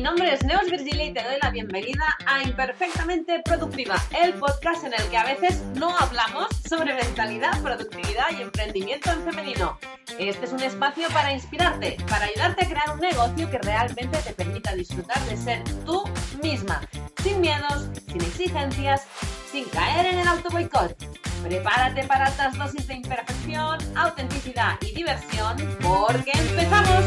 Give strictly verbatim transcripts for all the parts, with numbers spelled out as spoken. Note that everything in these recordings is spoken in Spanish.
nombre es Neus Virgilia y te doy la bienvenida a Imperfectamente Productiva, el podcast en el que a veces no hablamos sobre mentalidad, productividad y emprendimiento en femenino. Este es un espacio para inspirarte, para ayudarte a crear un negocio que realmente te permita disfrutar de ser tú misma, sin miedos, sin exigencias, sin caer en el autoboicot. Prepárate para altas dosis de imperfección, autenticidad y diversión, porque empezamos.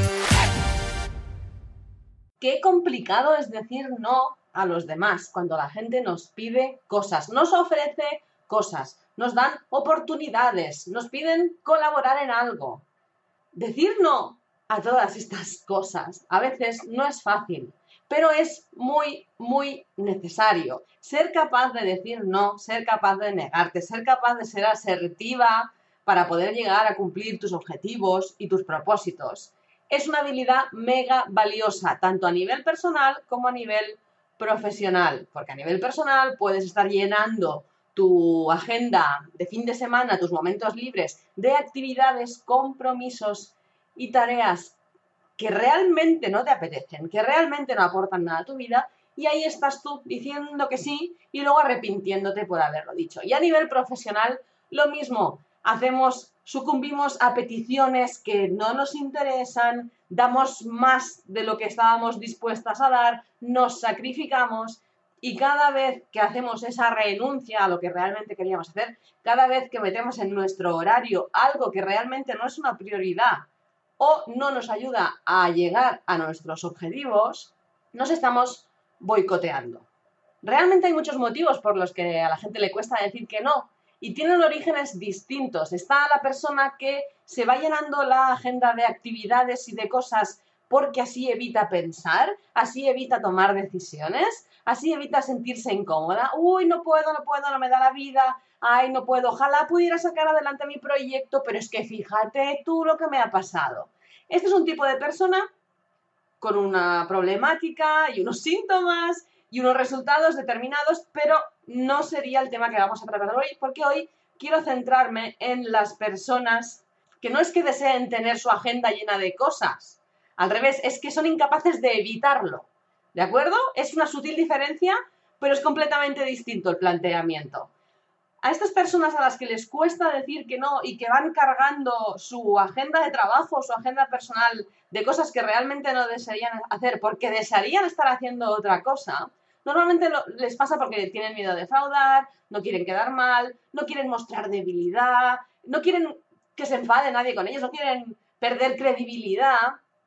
Qué complicado es decir no a los demás cuando la gente nos pide cosas, nos ofrece cosas, nos dan oportunidades, nos piden colaborar en algo. Decir no a todas estas cosas a veces no es fácil, pero es muy, muy necesario. Ser capaz de decir no, ser capaz de negarte, ser capaz de ser asertiva para poder llegar a cumplir tus objetivos y tus propósitos. Es una habilidad mega valiosa, tanto a nivel personal como a nivel profesional, porque a nivel personal puedes estar llenando tu agenda de fin de semana, tus momentos libres, de actividades, compromisos y tareas que realmente no te apetecen, que realmente no aportan nada a tu vida, y ahí estás tú diciendo que sí y luego arrepintiéndote por haberlo dicho. Y a nivel profesional, lo mismo. Hacemos, sucumbimos a peticiones que no nos interesan, damos más de lo que estábamos dispuestas a dar, nos sacrificamos y cada vez que hacemos esa renuncia a lo que realmente queríamos hacer, cada vez que metemos en nuestro horario algo que realmente no es una prioridad o no nos ayuda a llegar a nuestros objetivos, nos estamos boicoteando. Realmente hay muchos motivos por los que a la gente le cuesta decir que no. Y tienen orígenes distintos. Está la persona que se va llenando la agenda de actividades y de cosas porque así evita pensar, así evita tomar decisiones, así evita sentirse incómoda. Uy, no puedo, no puedo, no me da la vida. Ay, no puedo. Ojalá pudiera sacar adelante mi proyecto, pero es que fíjate tú lo que me ha pasado. Este es un tipo de persona con una problemática y unos síntomas y unos resultados determinados, pero no sería el tema que vamos a tratar hoy, porque hoy quiero centrarme en las personas que no es que deseen tener su agenda llena de cosas, al revés, es que son incapaces de evitarlo, ¿de acuerdo? Es una sutil diferencia, pero es completamente distinto el planteamiento. A estas personas a las que les cuesta decir que no y que van cargando su agenda de trabajo, su agenda personal de cosas que realmente no desearían hacer porque desearían estar haciendo otra cosa, normalmente lo, les pasa porque tienen miedo de defraudar, no quieren quedar mal, no quieren mostrar debilidad, no quieren que se enfade nadie con ellos, no quieren perder credibilidad.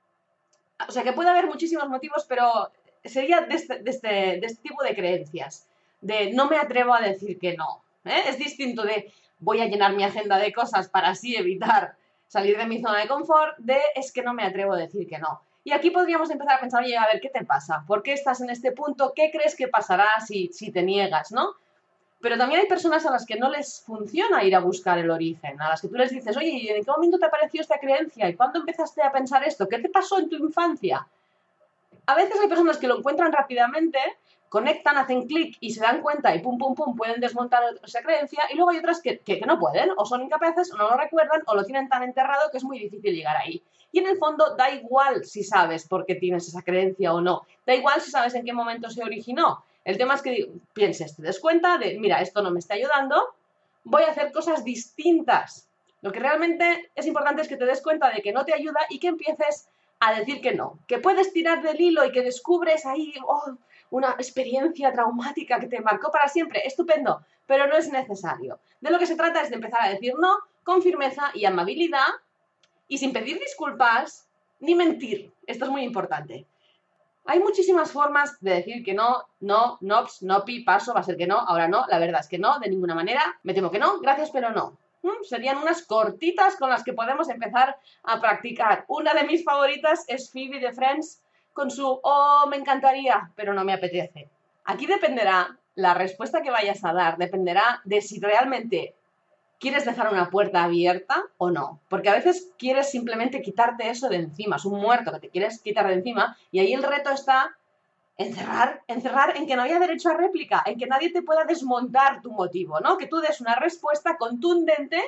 O sea que puede haber muchísimos motivos, pero sería de este, de este, de este tipo de creencias, de no me atrevo a decir que no. ¿Eh? Es distinto de voy a llenar mi agenda de cosas para así evitar salir de mi zona de confort, de es que no me atrevo a decir que no. Y aquí podríamos empezar a pensar, oye, a ver, ¿qué te pasa? ¿Por qué estás en este punto? ¿Qué crees que pasará si, si te niegas, no? Pero también hay personas a las que no les funciona ir a buscar el origen, a las que tú les dices, oye, ¿en qué momento te apareció esta creencia? ¿Y cuándo empezaste a pensar esto? ¿Qué te pasó en tu infancia? A veces hay personas que lo encuentran rápidamente, conectan, hacen clic y se dan cuenta y pum, pum, pum, pueden desmontar esa creencia, y luego hay otras que, que, que no pueden, o son incapaces, o no lo recuerdan, o lo tienen tan enterrado que es muy difícil llegar ahí. Y en el fondo da igual si sabes por qué tienes esa creencia o no, da igual si sabes en qué momento se originó. El tema es que pienses, te des cuenta de, mira, esto no me está ayudando, voy a hacer cosas distintas. Lo que realmente es importante es que te des cuenta de que no te ayuda y que empieces a decir que no, que puedes tirar del hilo y que descubres ahí oh, una experiencia traumática que te marcó para siempre, estupendo, pero no es necesario. De lo que se trata es de empezar a decir no con firmeza y amabilidad y sin pedir disculpas ni mentir. Esto es muy importante. Hay muchísimas formas de decir que no, no, nops, nopi, paso, va a ser que no, ahora no, la verdad es que no, de ninguna manera, me temo que no, gracias pero no. ¿Mm? Serían unas cortitas con las que podemos empezar a practicar. Una de mis favoritas es Phoebe de Friends con su oh, me encantaría, pero no me apetece. Aquí dependerá, la respuesta que vayas a dar, dependerá de si realmente quieres dejar una puerta abierta o no. Porque a veces quieres simplemente quitarte eso de encima, es un muerto que te quieres quitar de encima, y ahí el reto está encerrar, encerrar en que no haya derecho a réplica, en que nadie te pueda desmontar tu motivo, ¿no? Que tú des una respuesta contundente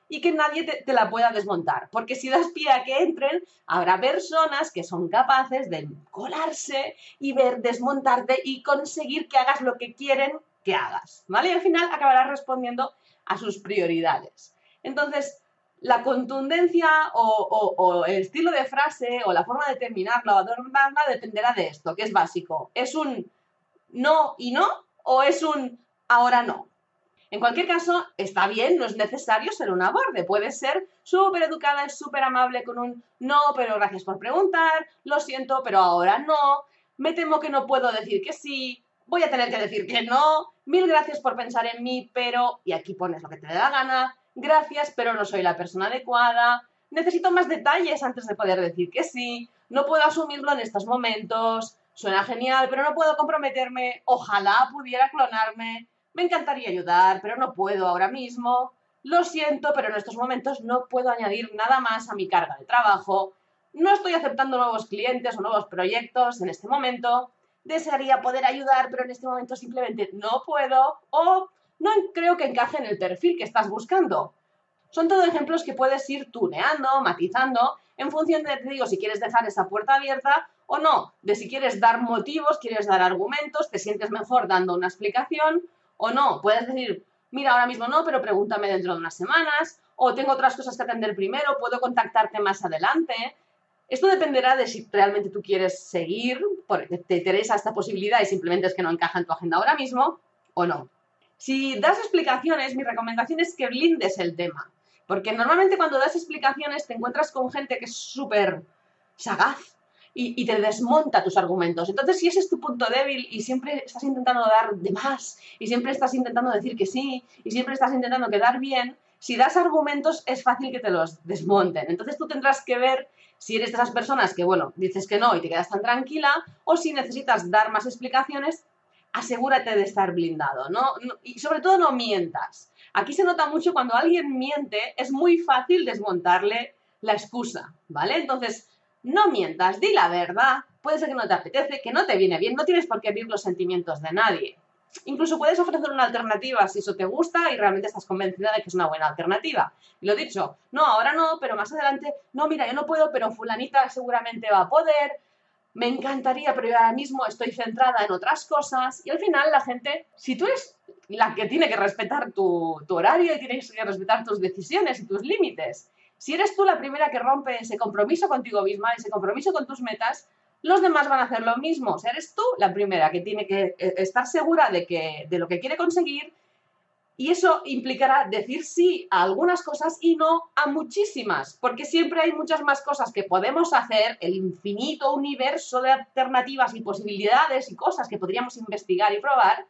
y que nadie te, te la pueda desmontar. Porque si das pie a que entren, habrá personas que son capaces de colarse y ver, desmontarte y conseguir que hagas lo que quieren que hagas, ¿vale? Y al final acabarás respondiendo a sus prioridades. Entonces, la contundencia o, o, o el estilo de frase o la forma de terminarla o adornarla dependerá de esto, que es básico. ¿Es un no y no o es un ahora no? En cualquier caso, está bien, no es necesario ser una borde. Puedes ser súper educada y súper amable con un no, pero gracias por preguntar, lo siento, pero ahora no, me temo que no puedo decir que sí, voy a tener que decir que no, mil gracias por pensar en mí, pero, y aquí pones lo que te dé la gana, gracias, pero no soy la persona adecuada, necesito más detalles antes de poder decir que sí, no puedo asumirlo en estos momentos, suena genial, pero no puedo comprometerme, ojalá pudiera clonarme, me encantaría ayudar, pero no puedo ahora mismo. Lo siento, pero en estos momentos no puedo añadir nada más a mi carga de trabajo. No estoy aceptando nuevos clientes o nuevos proyectos en este momento. Desearía poder ayudar, pero en este momento simplemente no puedo o no creo que encaje en el perfil que estás buscando. Son todo ejemplos que puedes ir tuneando, matizando, en función de, te digo, si quieres dejar esa puerta abierta o no, de si quieres dar motivos, quieres dar argumentos, te sientes mejor dando una explicación o no. Puedes decir, mira, ahora mismo no, pero pregúntame dentro de unas semanas, o tengo otras cosas que atender primero, puedo contactarte más adelante. Esto dependerá de si realmente tú quieres seguir, porque te interesa esta posibilidad y simplemente es que no encaja en tu agenda ahora mismo, o no. Si das explicaciones, mi recomendación es que blindes el tema, porque normalmente cuando das explicaciones te encuentras con gente que es súper sagaz, Y, y te desmonta tus argumentos. Entonces, si ese es tu punto débil y siempre estás intentando dar de más y siempre estás intentando decir que sí y siempre estás intentando quedar bien, si das argumentos es fácil que te los desmonten. Entonces, tú tendrás que ver si eres de esas personas que, bueno, dices que no y te quedas tan tranquila o si necesitas dar más explicaciones, asegúrate de estar blindado, ¿no? Y sobre todo no mientas. Aquí se nota mucho cuando alguien miente, es muy fácil desmontarle la excusa, ¿vale? Entonces, no mientas, di la verdad, puede ser que no te apetece, que no te viene bien, no tienes por qué herir los sentimientos de nadie. Incluso puedes ofrecer una alternativa si eso te gusta y realmente estás convencida de que es una buena alternativa. Y lo dicho, no, ahora no, pero más adelante, no, mira, yo no puedo, pero fulanita seguramente va a poder, me encantaría, pero yo ahora mismo estoy centrada en otras cosas. Y al final la gente, si tú eres la que tiene que respetar tu, tu horario y tienes que respetar tus decisiones y tus límites, si eres tú la primera que rompe ese compromiso contigo misma, ese compromiso con tus metas, los demás van a hacer lo mismo. O sea, eres tú la primera que tiene que estar segura de, que, de lo que quiere conseguir y eso implicará decir sí a algunas cosas y no a muchísimas, porque siempre hay muchas más cosas que podemos hacer, el infinito universo de alternativas y posibilidades y cosas que podríamos investigar y probar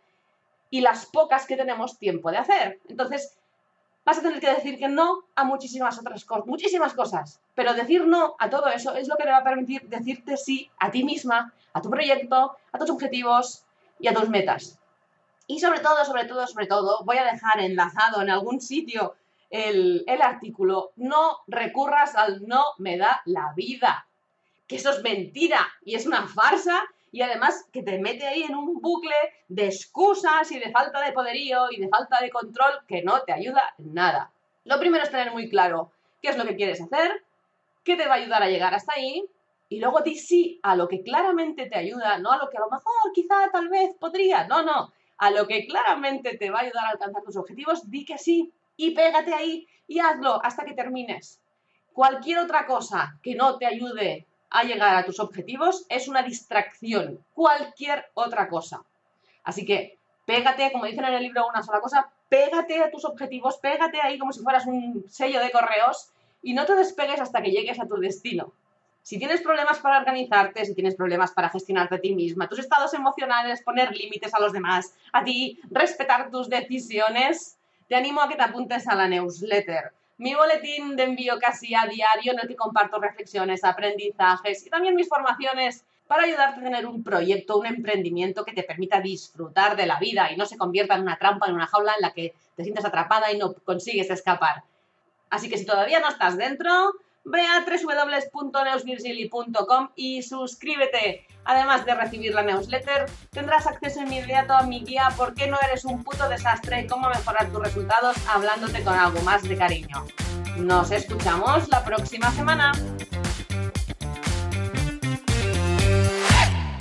y las pocas que tenemos tiempo de hacer. Entonces, vas a tener que decir que no a muchísimas otras cosas, muchísimas cosas. Pero decir no a todo eso es lo que te va a permitir decirte sí a ti misma, a tu proyecto, a tus objetivos y a tus metas. Y sobre todo, sobre todo, sobre todo, voy a dejar enlazado en algún sitio el, el artículo, no recurras al no me da la vida. Que eso es mentira y es una farsa. Y además que te mete ahí en un bucle de excusas y de falta de poderío y de falta de control que no te ayuda en nada. Lo primero es tener muy claro qué es lo que quieres hacer, qué te va a ayudar a llegar hasta ahí y luego di sí a lo que claramente te ayuda, no a lo que a lo mejor, quizá, tal vez, podría, no, no, a lo que claramente te va a ayudar a alcanzar tus objetivos, di que sí y pégate ahí y hazlo hasta que termines. Cualquier otra cosa que no te ayude a llegar a tus objetivos es una distracción, cualquier otra cosa. Así que pégate, como dicen en el libro Una sola cosa, pégate a tus objetivos, pégate ahí como si fueras un sello de correos y no te despegues hasta que llegues a tu destino. Si tienes problemas para organizarte, si tienes problemas para gestionarte a ti misma, tus estados emocionales, poner límites a los demás, a ti, respetar tus decisiones, te animo a que te apuntes a la newsletter. Mi boletín de envío casi a diario en el que comparto reflexiones, aprendizajes y también mis formaciones para ayudarte a tener un proyecto, un emprendimiento que te permita disfrutar de la vida y no se convierta en una trampa, en una jaula en la que te sientes atrapada y no consigues escapar. Así que si todavía no estás dentro, ve a doble u doble u doble u punto neusvirgili punto com y suscríbete. Además de recibir la newsletter, tendrás acceso inmediato a mi guía ¿Por qué no eres un puto desastre? Cómo mejorar tus resultados hablándote con algo más de cariño. Nos escuchamos la próxima semana.